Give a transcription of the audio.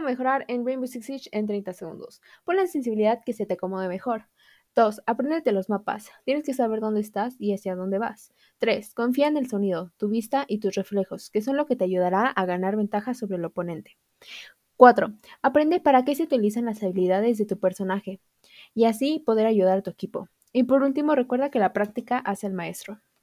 mejorar en Rainbow Six Siege en 30 segundos. Pon la sensibilidad que se te acomode mejor. 2. Apréndete los mapas. Tienes que saber dónde estás y hacia dónde vas. 3. Confía en el sonido, tu vista y tus reflejos, que son lo que te ayudará a ganar ventaja sobre el oponente. 4. Aprende para qué se utilizan las habilidades de tu personaje y así poder ayudar a tu equipo. Y por último, recuerda que la práctica hace al maestro.